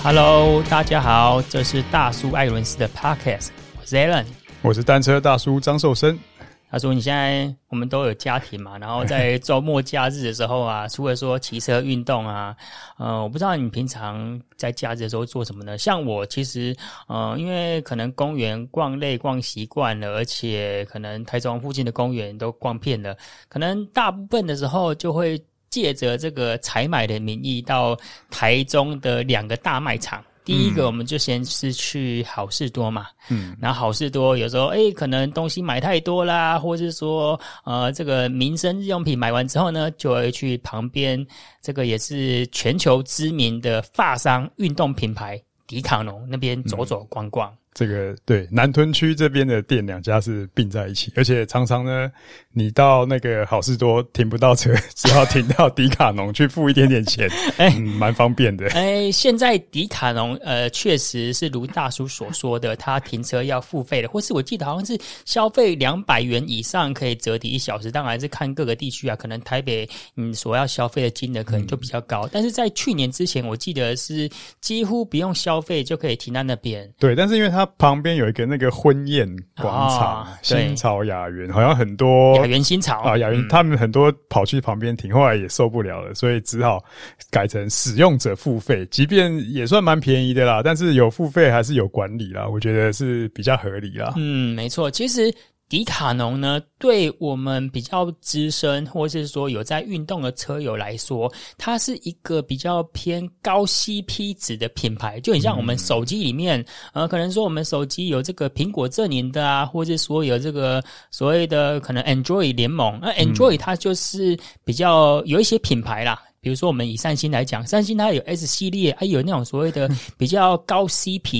Hello， 大家好，这是大叔艾伦斯的 Podcast， 我是 Alan， 我是单车大叔张寿生。 他说：“你现在我们都有家庭嘛，然后在周末假日的时候啊，除了说骑车运动啊，我不知道你平常在假日的时候做什么呢？像我其实因为可能公园逛累逛习惯了，而且可能台中附近的公园都逛遍了，可能大部分的时候就会借着这个采买的名义到台中的2个大卖场。”第一个我们就先是去好事多嘛，然后好事多有时候可能东西买太多啦，或是说这个民生日用品买完之后呢，就会去旁边这个也是全球知名的法商运动品牌迪卡侬那边走走逛逛。 这个对南屯区这边的店2家是并在一起，而且常常呢，你到那个好事多停不到车，只好停到迪卡侬去付一点点钱，蛮方便的。 现在迪卡侬确实是如大叔所说的，他停车要付费的，或是我记得好像是消费200元以上可以折抵1小时，当然是看各个地区啊，可能台北所要消费的金额可能就比较高，但是在去年之前，我记得是几乎不用消费就可以停在那边。 对，但是因为它旁边有一个那个婚宴广场，新潮雅园，好像很多雅园新潮啊，雅园他们很多跑去旁边停，后来也受不了了，所以只好改成使用者付费，即便也算蛮便宜的啦，但是有付费还是有管理啦，我觉得是比较合理啦。 没错，其实迪卡侬呢，对我们比较资深或是说有在运动的车友来说，它是一个比较偏高 CP 值的品牌，就很像我们手机里面可能说我们手机有这个苹果阵营的啊，或者说有这个所谓的可能 Android 联盟，那 Android 它就是比较有一些品牌啦，比如说我们以三星来讲，三星它有 S 系列，有那种所谓的比较高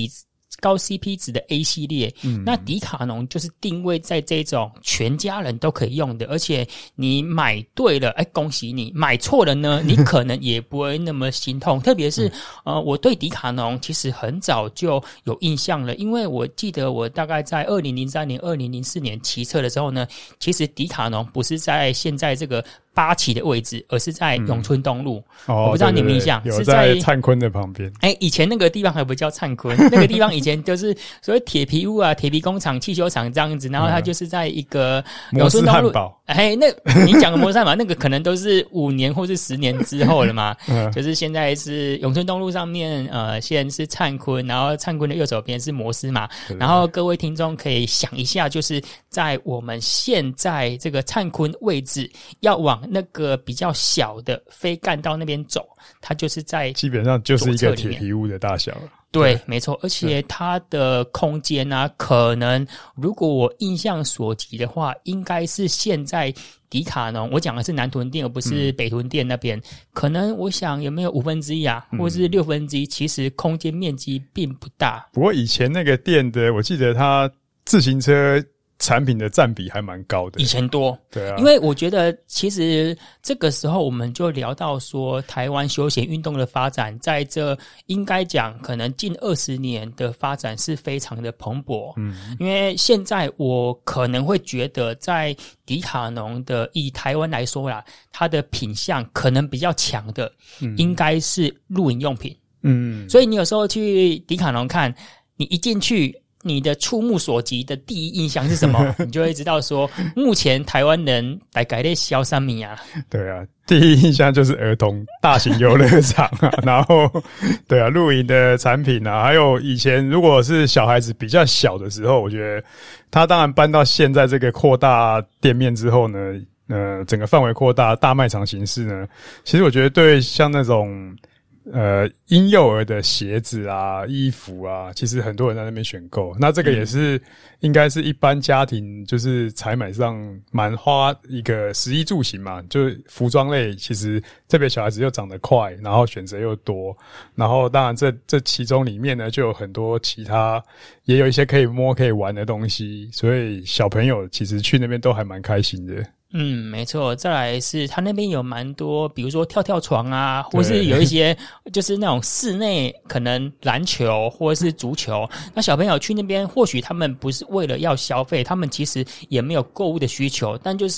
CP 值的 A 系列，那迪卡侬就是定位在这种全家人都可以用的，而且你买对了，恭喜你；买错了呢，你可能也不会那么心痛。特别是我对迪卡侬其实很早就有印象了，因为我记得我大概在2003年、2004年骑车的时候呢，其实迪卡侬不是在现在这个8期的位置，而是在永春东路。我不知道你们印象， 对对对，有在灿坤的旁边。 以前那个地方还不叫灿坤，那个地方以前就是所谓铁皮屋啊、铁皮工厂、汽修厂这样子，然后它就是在一个永春东路。那你讲的摩斯汉堡，那个可能都是5年或是10年之后了嘛。就是现在是永春东路上面，现在是灿坤，然后灿坤的右手边是摩斯嘛。对对对，然后各位听众可以想一下，就是在我们现在这个灿坤位置，要往那个比较小的非干道那边走，它就是在基本上就是一个铁皮屋的大小了。 对，没错，而且它的空间啊，可能如果我印象所及的话，应该是现在迪卡侬，我讲的是南屯店而不是北屯店那边，可能我想有没有1/5啊，或是1/6，其实空间面积并不大。 不过以前那个店的，我记得它自行车产品的占比还蛮高的， 以前多。 对啊， 因为我觉得其实这个时候我们就聊到说，台湾休闲运动的发展，在这应该讲可能近20年的发展是非常的蓬勃。因为现在我可能会觉得，在迪卡侬的以台湾来说啦，它的品项可能比较强的，应该是露营用品。所以你有时候去迪卡侬看，你一进去，你的触目所及的第一印象是什么？你就会知道说，目前台湾人大概在销什么啊？ 对啊，第一印象就是儿童大型游乐场啊，然后对啊，露营的产品啊，还有以前如果是小孩子比较小的时候，我觉得他当然搬到现在这个扩大店面之后呢，整个范围扩大，大卖场形式呢，其实我觉得对像那种婴幼儿的鞋子啊、衣服啊，其实很多人在那边选购。那这个也是应该是一般家庭就是采买上蛮花一个食衣住行嘛，就是服装类，其实特别小孩子又长得快，然后选择又多，然后当然这其中里面呢就有很多其他，也有一些可以摸可以玩的东西，所以小朋友其实去那边都还蛮开心的。 没错，再来是他那边有蛮多，比如说跳跳床啊，或是有一些就是那种室内可能篮球或是足球，那小朋友去那边或许他们不是为了要消费，他们其实也没有购物的需求，但就是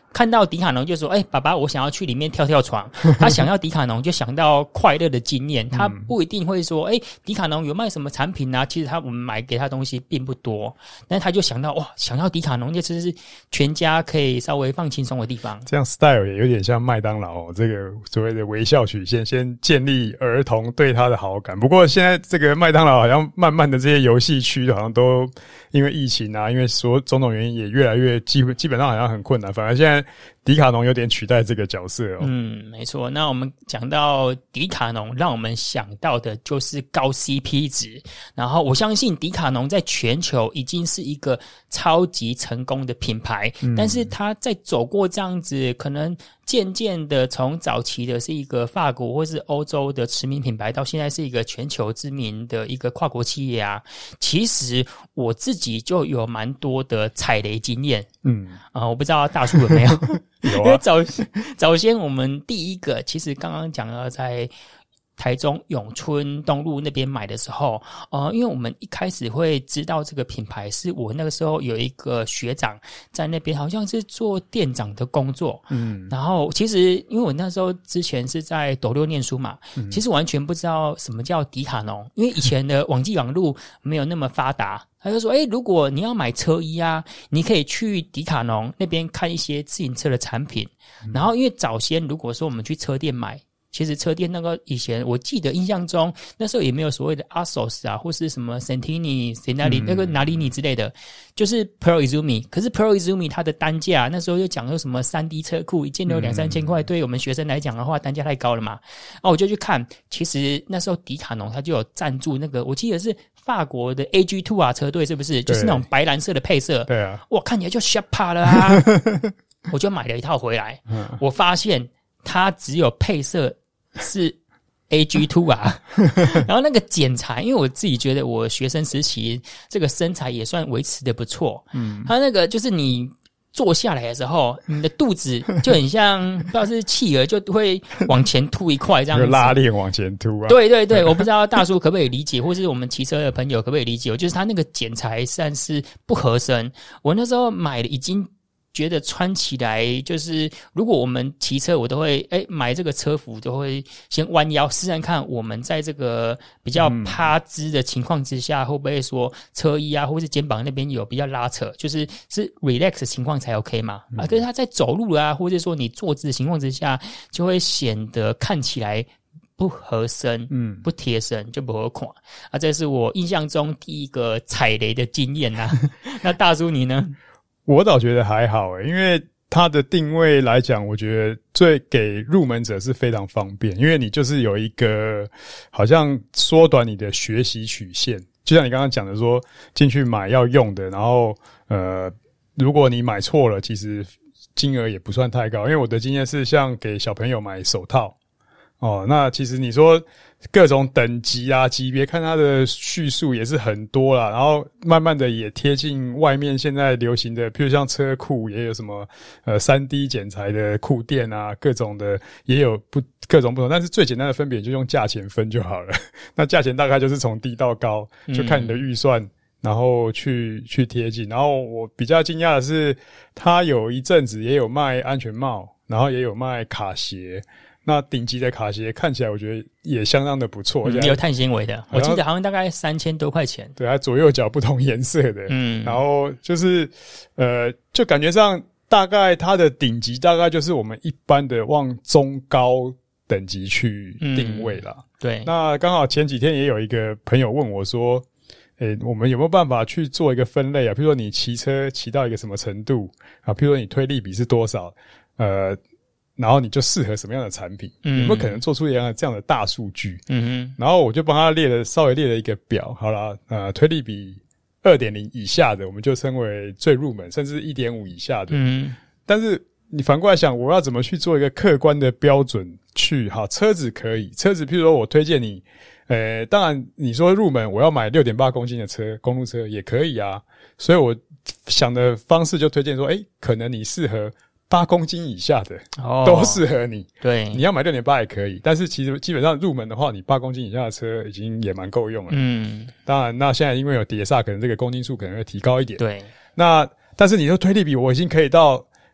看到迪卡侬就说：“爸爸，我想要去里面跳跳床。”他想要迪卡侬就想到快乐的经验，他不一定会说：“迪卡侬有卖什么产品啊？”其实我们买给他东西并不多，但他就想到想要迪卡侬，这就是全家可以稍微放轻松的地方。 这样 style 也有点像麦当劳这个所谓的微笑曲线，先建立儿童对他的好感。不过现在这个麦当劳好像慢慢的这些游戏区好像都因为疫情啊，因为种种原因也越来越基本上好像很困难，反而现在迪卡侬有点取代这个角色哦。 没错。那我们讲到迪卡侬，让我们想到的就是高 CP 值。然后我相信迪卡侬在全球已经是一个超级成功的品牌，但是它在走过这样子，可能渐渐的从早期的是一个法国或是欧洲的驰名品牌，到现在是一个全球知名的一个跨国企业啊。其实我自己就有蛮多的踩雷经验。我不知道大叔有没有？ 有啊。 因为早先我们第一个，其实刚刚讲了在台中永春东路那边买的时候，因为我们一开始会知道这个品牌，是我那个时候有一个学长在那边好像是做店长的工作，然后其实因为我那时候之前是在斗六念书嘛，其实完全不知道什么叫迪卡侬，因为以前的网际网路没有那么发达。他就说如果你要买车衣啊，你可以去迪卡侬那边看一些自行车的产品，然后因为早先如果说我们去车店买，其实车店那个以前我记得印象中那时候也没有所谓的 ASOS 啊，或是什么 Santini、那个哪里你之类的，就是 Pro Izumi。可是 Pro Izumi 它的单价那时候就讲说什么 3D 车库一件都有2-3千块，对于我们学生来讲的话单价太高了嘛。我就去看，其实那时候迪卡侬它就有赞助那个，我记得是法国的 AG2 啊车队，是不是？就是那种白蓝色的配色。对啊，哇，看起来就 shapa 了啊！我就买了一套回来，我发现它只有配色是 AG2 啊，然后那个剪裁，因为我自己觉得我学生时期这个身材也算维持的不错，它那个就是你坐下来的时候，你的肚子就很像不知道是企鹅，就会往前凸一块这样子， 就拉链往前凸啊。 对对对，我不知道大叔可不可以理解，或是我们骑车的朋友可不可以理解，就是他那个剪裁算是不合身。我那时候买了已经觉得穿起来就是如果我们骑车我都会买这个车服都会先弯腰试试看我们在这个比较趴姿的情况之下会不会说车衣啊或是肩膀那边有比较拉扯，就是relax 的情况才 OK 嘛。可是他在走路啊或者说你坐姿的情况之下就会显得看起来不合身，不贴身，就不合款啊。这是我印象中第一个踩雷的经验啊。那大叔你呢？ 我倒觉得还好因为它的定位来讲，我觉得最给入门者是非常方便，因为你就是有一个好像缩短你的学习曲线，就像你刚刚讲的说进去买要用的，然后如果你买错了，其实金额也不算太高，因为我的经验是像给小朋友买手套那其实你说各种等级啊级别看它的叙述也是很多啦，然后慢慢的也贴近外面现在流行的，譬如像车库也有什么3D 剪裁的裤垫啊，各种的也有各种不同，但是最简单的分别就用价钱分就好了。那价钱大概就是从低到高，就看你的预算然后去贴近。然后我比较惊讶的是它有一阵子也有卖安全帽，然后也有卖卡鞋，那顶级的卡鞋看起来我觉得也相当的不错， 也有碳纤维的，我记得好像大概3000多块钱。 对，它左右脚不同颜色的，然后就是就感觉上大概它的顶级大概就是我们一般的往中高等级去定位啦。 对， 那刚好前几天也有一个朋友问我说我们有没有办法去做一个分类啊？比如说你骑车骑到一个什么程度啊？比如说你推力比是多少？然后你就适合什么样的产品？有没有可能做出这样的大数据？然后我就帮他稍微列了一个表。好啦，推力比 2.0 以下的我们就称为最入门，甚至 1.5 以下的。但是你反过来想，我要怎么去做一个客观的标准去？好，车子可以，车子譬如说我推荐你当然你说入门我要买 6.8 公斤的车，公路车也可以啊。所以我想的方式就推荐说可能你适合8公斤以下的都适合你。 对， 你要买 6.8 也可以，但是其实基本上入门的话，你8公斤以下的车已经也蛮够用了。当然那现在因为有碟刹，可能这个公斤数可能会提高一点。 对， 那但是你说推力比我已经可以到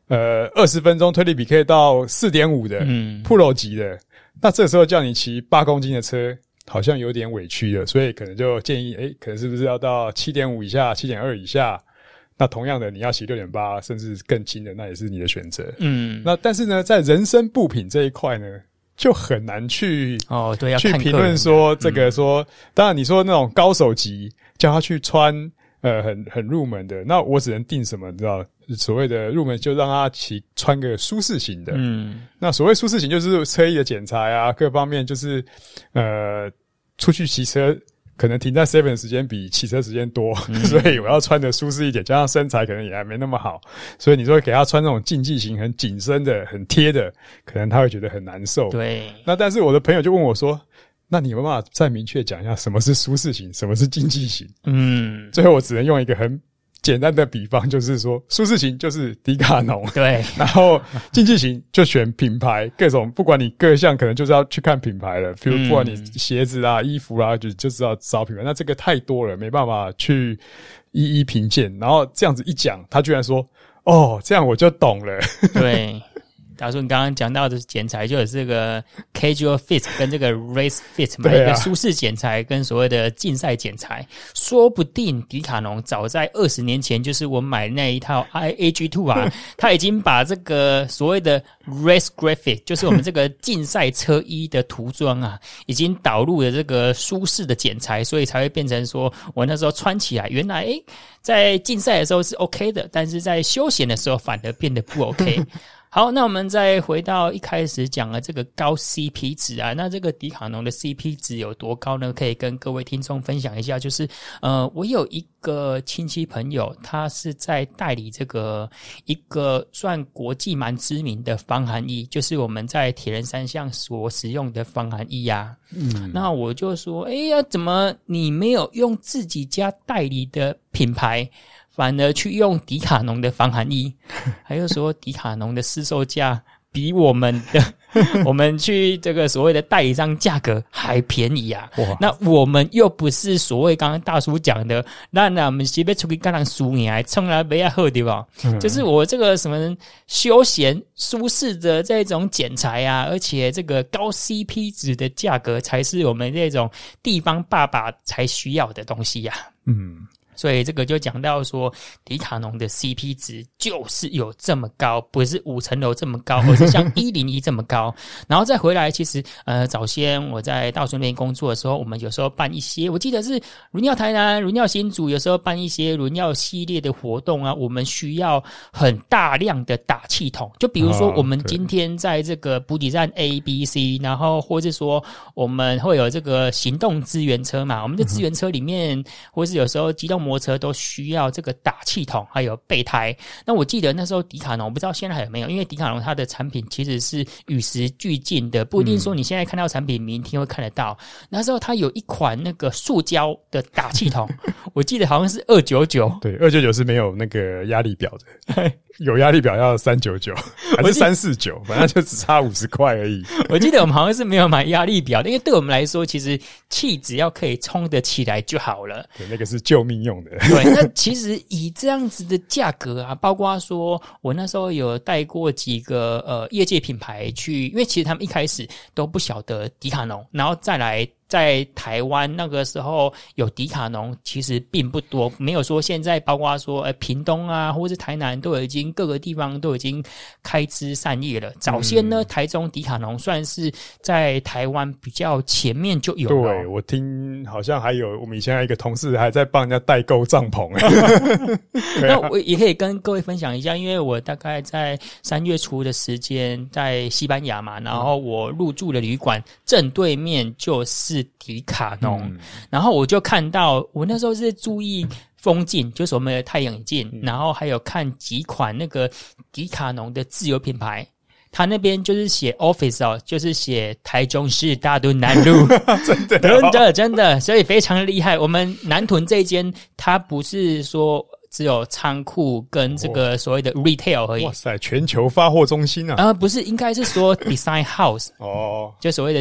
20分钟推力比可以到 4.5 的Pro 级的，那这时候叫你骑8公斤的车好像有点委屈了，所以可能就建议可能是不是要到 7.5 以下 7.2 以下，那同样的你要骑 6.8 甚至更轻的，那也是你的选择。那但是呢在人身部品这一块呢就很难去对，要看去评论说这个说当然你说那种高手级叫他去穿很入门的，那我只能定什么你知道所谓的入门就让他穿个舒适型的。那所谓舒适型就是车衣的剪裁啊各方面就是出去骑车可能停在 7 的时间比骑车时间多所以我要穿的舒适一点，加上身材可能也还没那么好，所以你说给他穿那种竞技型很紧身的很贴的可能他会觉得很难受。 对， 那但是我的朋友就问我说那你有没有办法再明确讲一下什么是舒适型什么是竞技型？最后我只能用一个很简单的比方，就是说舒适型就是迪卡侬， 对， 然后竞技型就选品牌，各种不管你各项可能就是要去看品牌了，比如不管你鞋子啦衣服啦就知道找品牌，那这个太多了没办法去一一评鉴，然后这样子一讲他居然说这样我就懂了。 对，大叔，你刚刚讲到的剪裁就有这个 casual fit 跟这个 race fit 嘛，一个舒适剪裁跟所谓的竞赛剪裁，说不定迪卡侬早在20年前，就是我买那一套 AG2 啊，他已经把这个所谓的 race graphic， 就是我们这个竞赛车衣的涂装啊，已经导入了这个舒适的剪裁，所以才会变成说我那时候穿起来，原来在竞赛的时候是 OK 的，但是在休闲的时候反而变得不 OK。好，那我们再回到一开始讲的这个高 CP 值啊，那这个迪卡侬的 CP 值有多高呢？可以跟各位听众分享一下，就是我有一个亲戚朋友，他是在代理这个一个算国际蛮知名的防寒衣，就是我们在铁人三项所使用的防寒衣啊。那我就说怎么你没有用自己家代理的品牌，反而去用迪卡侬的防寒衣？还有说迪卡侬的市售价比我们去这个所谓的代理商价格还便宜啊！那我们又不是所谓刚刚大叔讲的，那我们是要出去跟人输赢，冲来不要喝对吧？就是我这个什么休闲舒适的这种剪裁啊，而且这个高 CP 值的价格才是我们这种地方爸爸才需要的东西啊。所以这个就讲到说迪卡侬的 CP 值就是有这么高，不是5层楼这么高，而是像101这么高。然后再回来，其实早先我在大叔那边工作的时候，我们有时候办一些，我记得是轮耀台南、轮耀新竹，有时候办一些轮耀系列的活动啊，我们需要很大量的打气筒，就比如说我们今天在这个补给站 A、B、C， 然后或是说我们会有这个行动支援车嘛，我们的支援车里面或是有时候机动摩托车都需要这个打气筒还有备胎。那我记得那时候迪卡侬，我不知道现在还有没有，因为迪卡侬它的产品其实是与时俱进的，不一定说你现在看到产品明天会看得到。那时候它有一款那个塑胶的打气筒我记得好像是299， 对，299是没有那个压力表的有压力表要399还是349，反正就只差50块而已我记得我们好像是没有买压力表的，因为对我们来说其实气只要可以冲得起来就好了， 对，那个是救命用的对，那其实以这样子的价格啊，包括说我那时候有带过几个业界品牌去，因为其实他们一开始都不晓得迪卡侬，然后再来在台湾那个时候有迪卡侬其实并不多，没有说现在包括说屏东啊或是台南都已经各个地方都已经开枝散叶了。早先呢台中迪卡侬算是在台湾比较前面就有了。 对，我听好像还有我们以前还有一个同事还在帮人家代购帐篷那我也可以跟各位分享一下，因为我大概在3月初的时间在西班牙嘛，然后我入住的旅馆正对面就是迪卡侬，然后我就看到，我那时候是注意风镜，就是我们的太阳眼镜，然后还有看几款那个迪卡侬的自有品牌，他那边就是写 office 就是写台中市大墩南路真的，所以非常厉害。我们南屯这间，它不是说只有仓库跟这个所谓的 retail 而已。 哇塞，全球发货中心啊！ 不是，应该是说 design house 哦， 就所谓的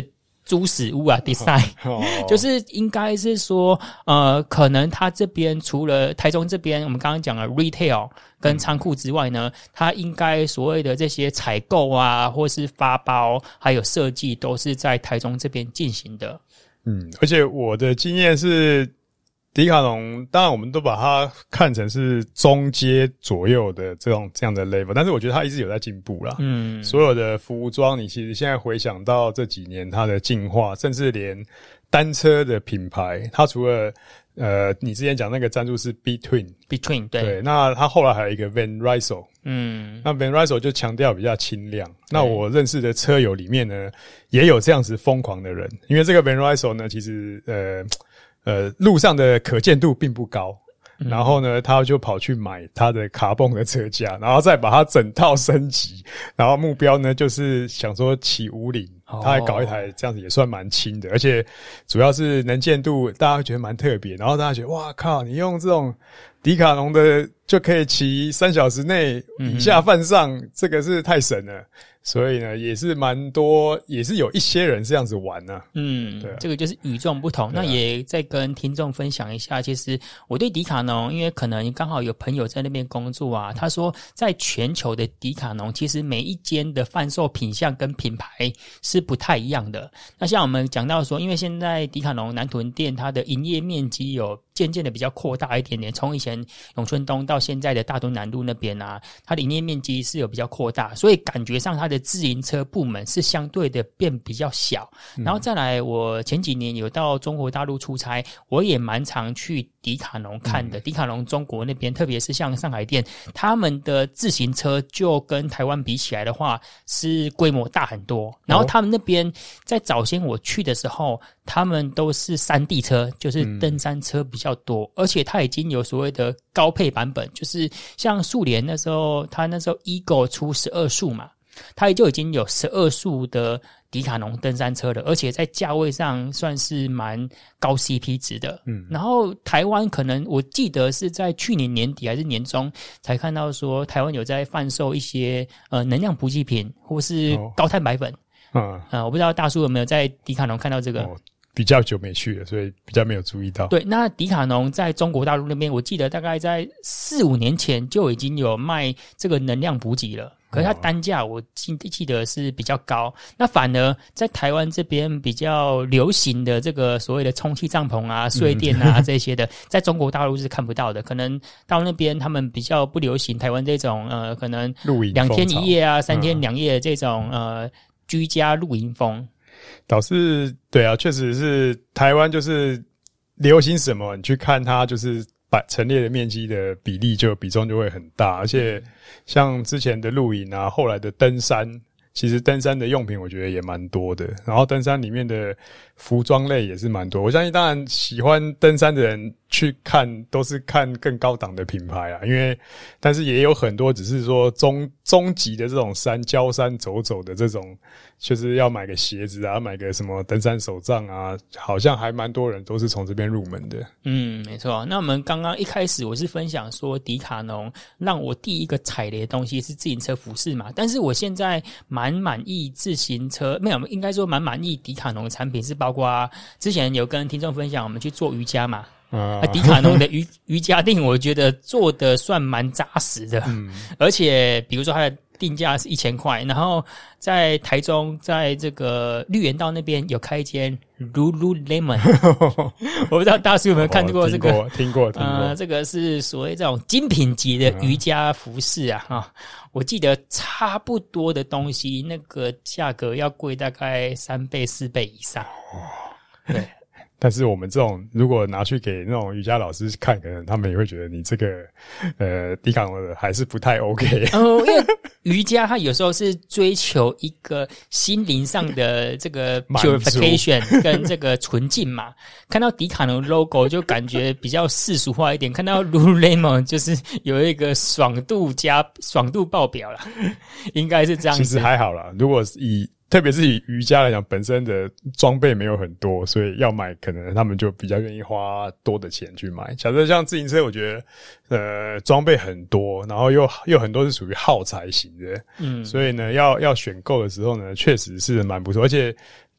猪屎屋啊 design，就是应该是说可能他这边除了台中这边我们刚刚讲了 retail 跟仓库之外呢，他应该所谓的这些采购啊或是发包还有设计都是在台中这边进行的。 而且我的经验是迪卡侬当然我们都把它看成是中阶左右的这样的 level， 但是我觉得它一直有在进步啦。所有的服装你其实现在回想到这几年它的进化，甚至连单车的品牌，它除了你之前讲那个赞助是 Between 对，那它后来还有一个 Van Rysel， 那 Van Rysel 就强调比较轻量。那我认识的车友里面呢，也有这样子疯狂的人，因为这个 Van Rysel 呢，其实路上的可见度并不高，然后呢，他就跑去买他的卡蹦的车架，然后再把它整套升级，然后目标呢就是想说骑50，他还搞一台这样子也算蛮轻的，而且主要是能见度大家觉得蛮特别，然后大家觉得哇靠，你用这种迪卡侬的就可以骑3小时内以下犯上，这个是太神了。所以呢，也是蛮多，也是有一些人这样子玩啊。对啊， 这个就是与众不同。那也再跟听众分享一下，其实我对迪卡侬，因为可能刚好有朋友在那边工作啊，他说在全球的迪卡侬，其实每一间的贩售品项跟品牌是不太一样的。那像我们讲到说，因为现在迪卡侬南屯店它的营业面积有渐渐的比较扩大一点点，从以前永春东到现在的大墩南路那边啊，它的营业面积是有比较扩大，所以感觉上它的自营车部门是相对的变比较小。然后再来，我前几年有到中国大陆出差，我也蛮常去迪卡侬看的。迪卡侬中国那边，特别是像上海店，他们的自行车就跟台湾比起来的话，是规模大很多。然后他们那边在早先我去的时候，他们都是3D 车，就是登山车比较多，而且它已经有所谓的高配版本，就是像速联那时候，它那时候 Ego 出12速嘛，它就已经有12速的迪卡侬登山车了，而且在价位上算是蛮高 CP 值的。然后台湾可能我记得是在去年年底还是年中才看到说台湾有在贩售一些能量补给品或是高碳白粉。我不知道大叔有没有在迪卡侬看到这个。 比较久没去了，所以比较没有注意到。 对，那迪卡侬在中国大陆那边，我记得大概在4-5年前就已经有卖这个能量补给了，可是它单价我记得是比较高。那反而在台湾这边比较流行的这个所谓的充气帐篷啊、睡垫啊这些的，在中国大陆是看不到的。可能到那边他们比较不流行台湾这种可能2天1夜啊、3天2夜的这种居家露营风。 倒是对啊，确实是台湾就是流行什么，你去看它就是陈列的面积的比重就会很大，而且像之前的露营啊，后来的登山，其实登山的用品我觉得也蛮多的，然后登山里面的服装类也是蛮多。我相信当然喜欢登山的人去看都是看更高档的品牌啊，但是也有很多只是说中级的这种郊山走的这种，就是要买个鞋子啊，买个什么登山手杖啊，好像还蛮多人都是从这边入门的。 没错。那我们刚刚一开始我是分享说迪卡侬让我第一个踩雷的东西是自行车服饰嘛，但是我现在蛮满意自行车，没有，应该说蛮满意迪卡侬的产品，是包括之前有跟听众分享我们去做瑜伽嘛。迪卡侬的瑜伽垫我觉得做的算蛮扎实的，而且比如说它的定价是1000块，然后在台中在这个绿园道那边有开一间 Lululemon 我不知道大叔有没有看过这个， 听过这个是所谓这种精品级的瑜伽服饰啊，我记得差不多的东西那个价格要贵大概3倍4倍以上。对， 但是我们这种如果拿去给那种瑜伽老师看，可能他们也会觉得你这个迪卡侬的还是不太 OK。 因为瑜伽它有时候是追求一个心灵上的这个 purification 跟这个纯净嘛。看到迪卡侬 logo 就感觉比较世俗化一点，看到 Lululemon 就是有一个爽度爆表啦，应该是这样子。 其实还好啦，如果特别是以瑜伽来讲，本身的装备没有很多，所以要买可能他们就比较愿意花多的钱去买。假设像自行车，我觉得装备很多，然后又很多是属于耗材型的，所以呢要选购的时候呢，确实是蛮不错。而且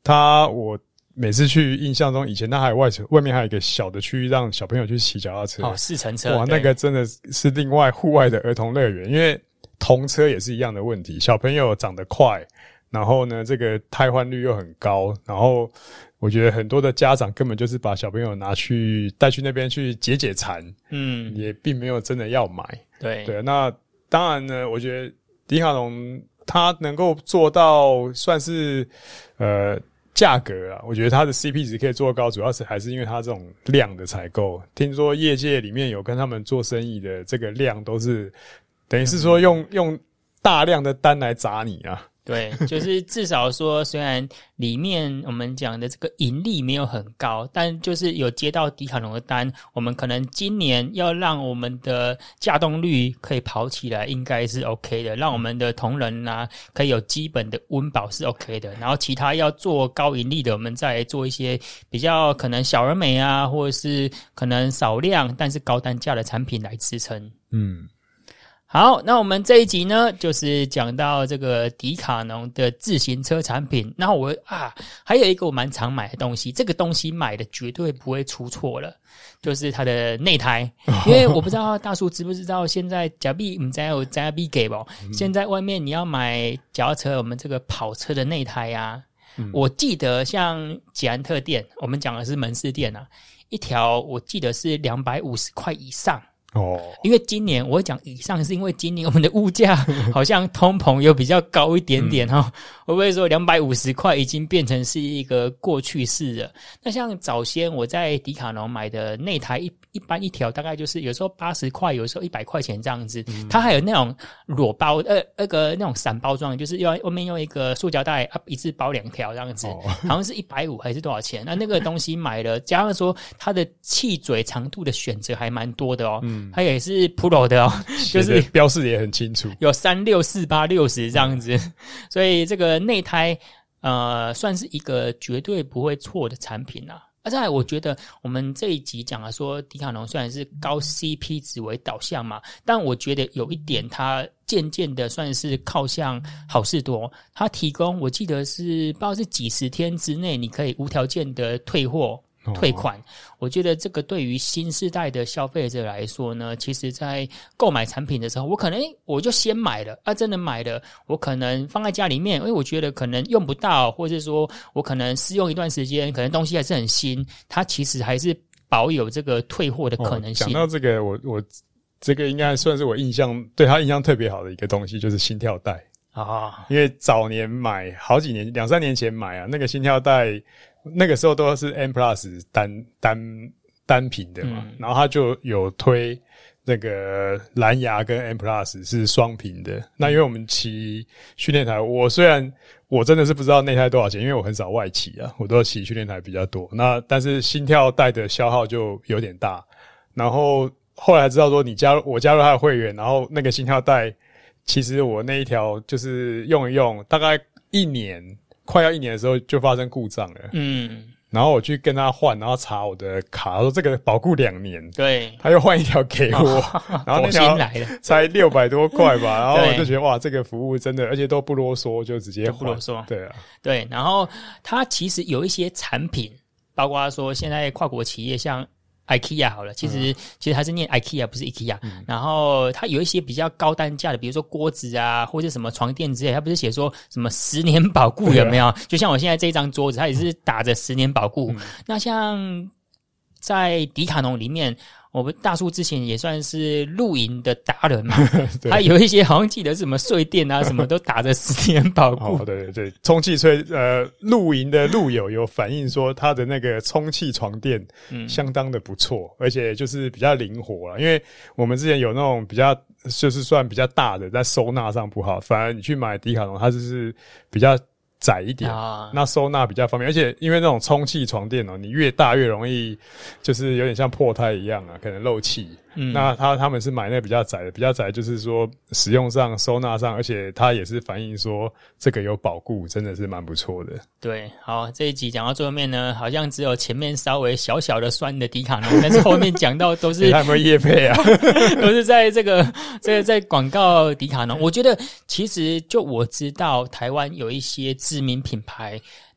我每次去，印象中以前它还有外面还有一个小的区域让小朋友去骑脚踏车。 四乘车。 哇，那个真的是另外户外的儿童乐园，因为童车也是一样的问题，小朋友长得快，然后呢这个汰换率又很高，然后我觉得很多的家长根本就是把小朋友带去那边去解解馋，也并没有真的要买。对，那当然呢，我觉得迪卡侬它能够做到算是价格啊，我觉得它的 CP 值可以做高，主要是还是因为它这种量的采购。听说业界里面有跟他们做生意的，这个量都是等于是说用大量的单来砸你啊。 对，就是至少说，虽然里面我们讲的这个盈利没有很高，但就是有接到迪卡侬的单，我们可能今年要让我们的稼动率可以跑起来，应该是 OK 的，让我们的同仁啊可以有基本的温饱是 OK 的，然后其他要做高盈利的，我们再做一些比较可能小而美啊，或者是可能少量但是高单价的产品来支撑。好，那我们这一集呢，就是讲到这个迪卡侬的自行车产品。然后还有一个我蛮常买的东西，这个东西买的绝对不会出错了，就是它的内胎。因为我不知道大叔知不知道，现在假币不知道有在币给不？现在外面你要买脚踏车，我们这个跑车的内胎啊，我记得像捷安特店，我们讲的是门市店啊，一条我记得是250块以上。因为今年我讲以上，是因为今年我们的物价好像通膨又比较高一点点会不会说250块已经变成是一个过去式了？那像早先我在迪卡侬买的内胎一般一条大概就是有时候80块，有时候100块钱这样子。它还有那种裸包那种散包装，就是外面用一个塑胶袋一次包2条这样子，好像是150还是多少钱？那个东西买了，加上说它的气嘴长度的选择还蛮多的它也是 Pro 的就是标示也很清楚， 有36、48、60这样子，所以这个内胎算是一个绝对不会错的产品啊。再来我觉得我们这一集讲了说迪卡侬虽然是高 CP 值为导向嘛，但我觉得有一点它渐渐的算是靠向好事多，它提供我记得是不知道是几十天之内你可以无条件的退货退款。我觉得这个对于新世代的消费者来说呢，其实在购买产品的时候，我可能我就先买了真的买了，我可能放在家里面，因为我觉得可能用不到，或者说我可能试用一段时间，可能东西还是很新，它其实还是保有这个退货的可能性。 讲到这个，我这个应该算是我对它印象特别好的一个东西，就是心跳带因为早年买好几年2-3年前买那个心跳带那个时候都是 M Plus 单品的嘛，然后它就有推那个蓝牙跟 M Plus 是双屏的。那因为我们骑训练台，虽然我真的是不知道内胎多少钱，因为我很少外骑我都骑训练台比较多。但是心跳带的消耗就有点大，然后后来知道说我加入他的会员，然后那个心跳带其实我那一条就是用一用，大概快要1年的时候就发生故障了。然后我去跟他换，然后查我的卡，他说这个保固2年， 对， 他又换一条给我，然后那条才600多块吧，然后我就觉得哇，这个服务真的，而且都不啰嗦，就直接换， 不啰嗦， 对啊， 对。然后它其实有一些产品，包括说现在跨国企业像IKEA 好了，其实还是念 IKEA 不是 IKEA。然后它有一些比较高单价的，比如说锅子啊，或者什么床垫之类，它不是写说什么10年保固有没有？就像我现在这张桌子，它也是打着10年保固。那像在迪卡侬里面，我们大叔之前也算是露营的达人嘛，他有一些好像记得是什么睡垫啊，什么都打着10年保固。 对，充气吹露营的路友有反映说，他的那个充气床垫相当的不错，而且就是比较灵活啦。因为我们之前有那种比较就是算比较大的，在收纳上不好，反而你去买迪卡侬，它就是比较窄一点，那收纳比较方便，而且因为那种充气床垫你越大越容易，就是有点像破胎一样可能漏气。那他们是买那个比较窄的，比较窄就是说使用上、收纳上，而且它也是反映说这个有保固，真的是蛮不错的。对， 好，这一集讲到最后面呢，好像只有前面稍微小小的酸的迪卡侬，但是后面讲到都是他有没有业配啊？ 都是在这个在广告迪卡侬。我觉得其实就我知道台湾有一些知名品牌，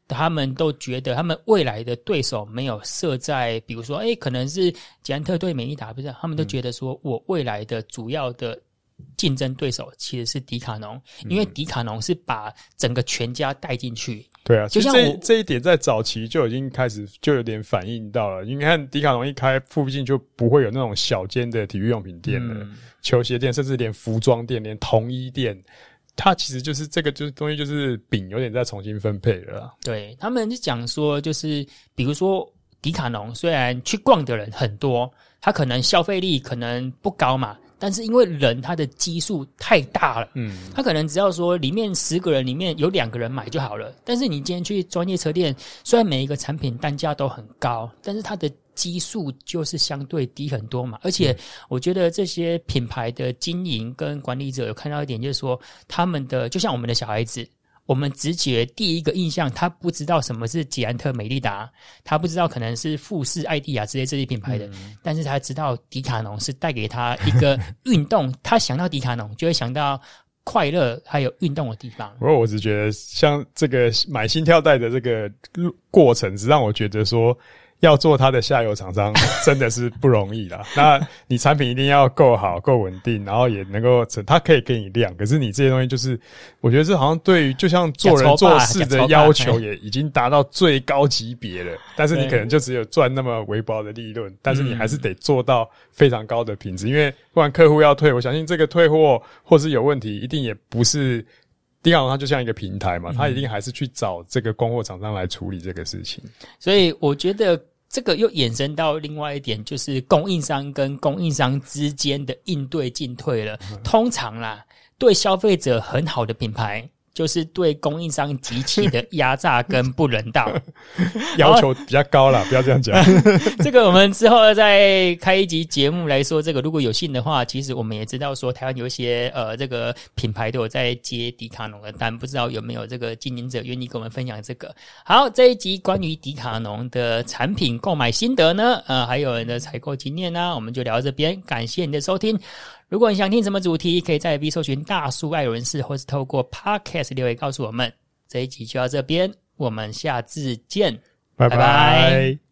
他们都觉得他们未来的对手没有设在，比如说，可能是捷安特对美利达，不是？他们都觉得说，我未来的主要的竞争对手其实是迪卡侬，因为迪卡侬是把整个全家带进去。 对啊， 就像这一点在早期就已经开始就有点反映到了。你看迪卡侬一开附近就不会有那种小间的体育用品店了，球鞋店，甚至连服装店、连童衣店，它其实就是这个就是东西就是饼有点在重新分配了啦。 对，他们就讲说，就是比如说迪卡侬虽然去逛的人很多，他可能消费力可能不高嘛。但是因为人他的基数太大了，他可能只要说里面10个人里面有2个人买就好了。但是你今天去专业车店，虽然每一个产品单价都很高，但是它的基数就是相对低很多嘛。而且我觉得这些品牌的经营跟管理者有看到一点，就是说他们的就像我们的小孩子。我们直觉第一个印象，他不知道什么是捷安特、美利达，他不知道可能是富士、艾迪亚之类这些品牌的，但是他知道迪卡侬是带给他一个运动，他想到迪卡侬就会想到快乐还有运动的地方。 不过我只觉得像这个买心跳带的这个过程，是让我觉得说要做它的下游厂商真的是不容易啦。那你产品一定要够好、够稳定，然后也能够它可以给你量，可是你这些东西就是我觉得这好像对于就像做人做事的要求也已经达到最高级别了，但是你可能就只有赚那么微薄的利润，但是你还是得做到非常高的品质，因为不然客户要退，我相信这个退货或是有问题一定也不是迪卡侬它就像一个平台嘛，它一定还是去找这个供货厂商来处理这个事情。 所以我觉得这个又衍生到另外一点，就是供应商跟供应商之间的应对进退了。通常啦，对消费者很好的品牌，就是对供应商极其的压榨跟不人道， 要求比较高啦，不要这样讲。 这个我们之后再开一集节目来说这个，如果有幸的话，其实我们也知道说台湾有一些这个品牌都有在接迪卡侬的单，不知道有没有这个经营者愿意跟我们分享这个。好，这一集关于迪卡侬的产品购买心得呢，还有人的采购经验呢，我们就聊到这边，感谢你的收听。如果你想听什么主题，可以在 FB 搜寻大叔爱人士，或是透过 Podcast 留言告诉我们。这一集就到这边，我们下次见，拜拜。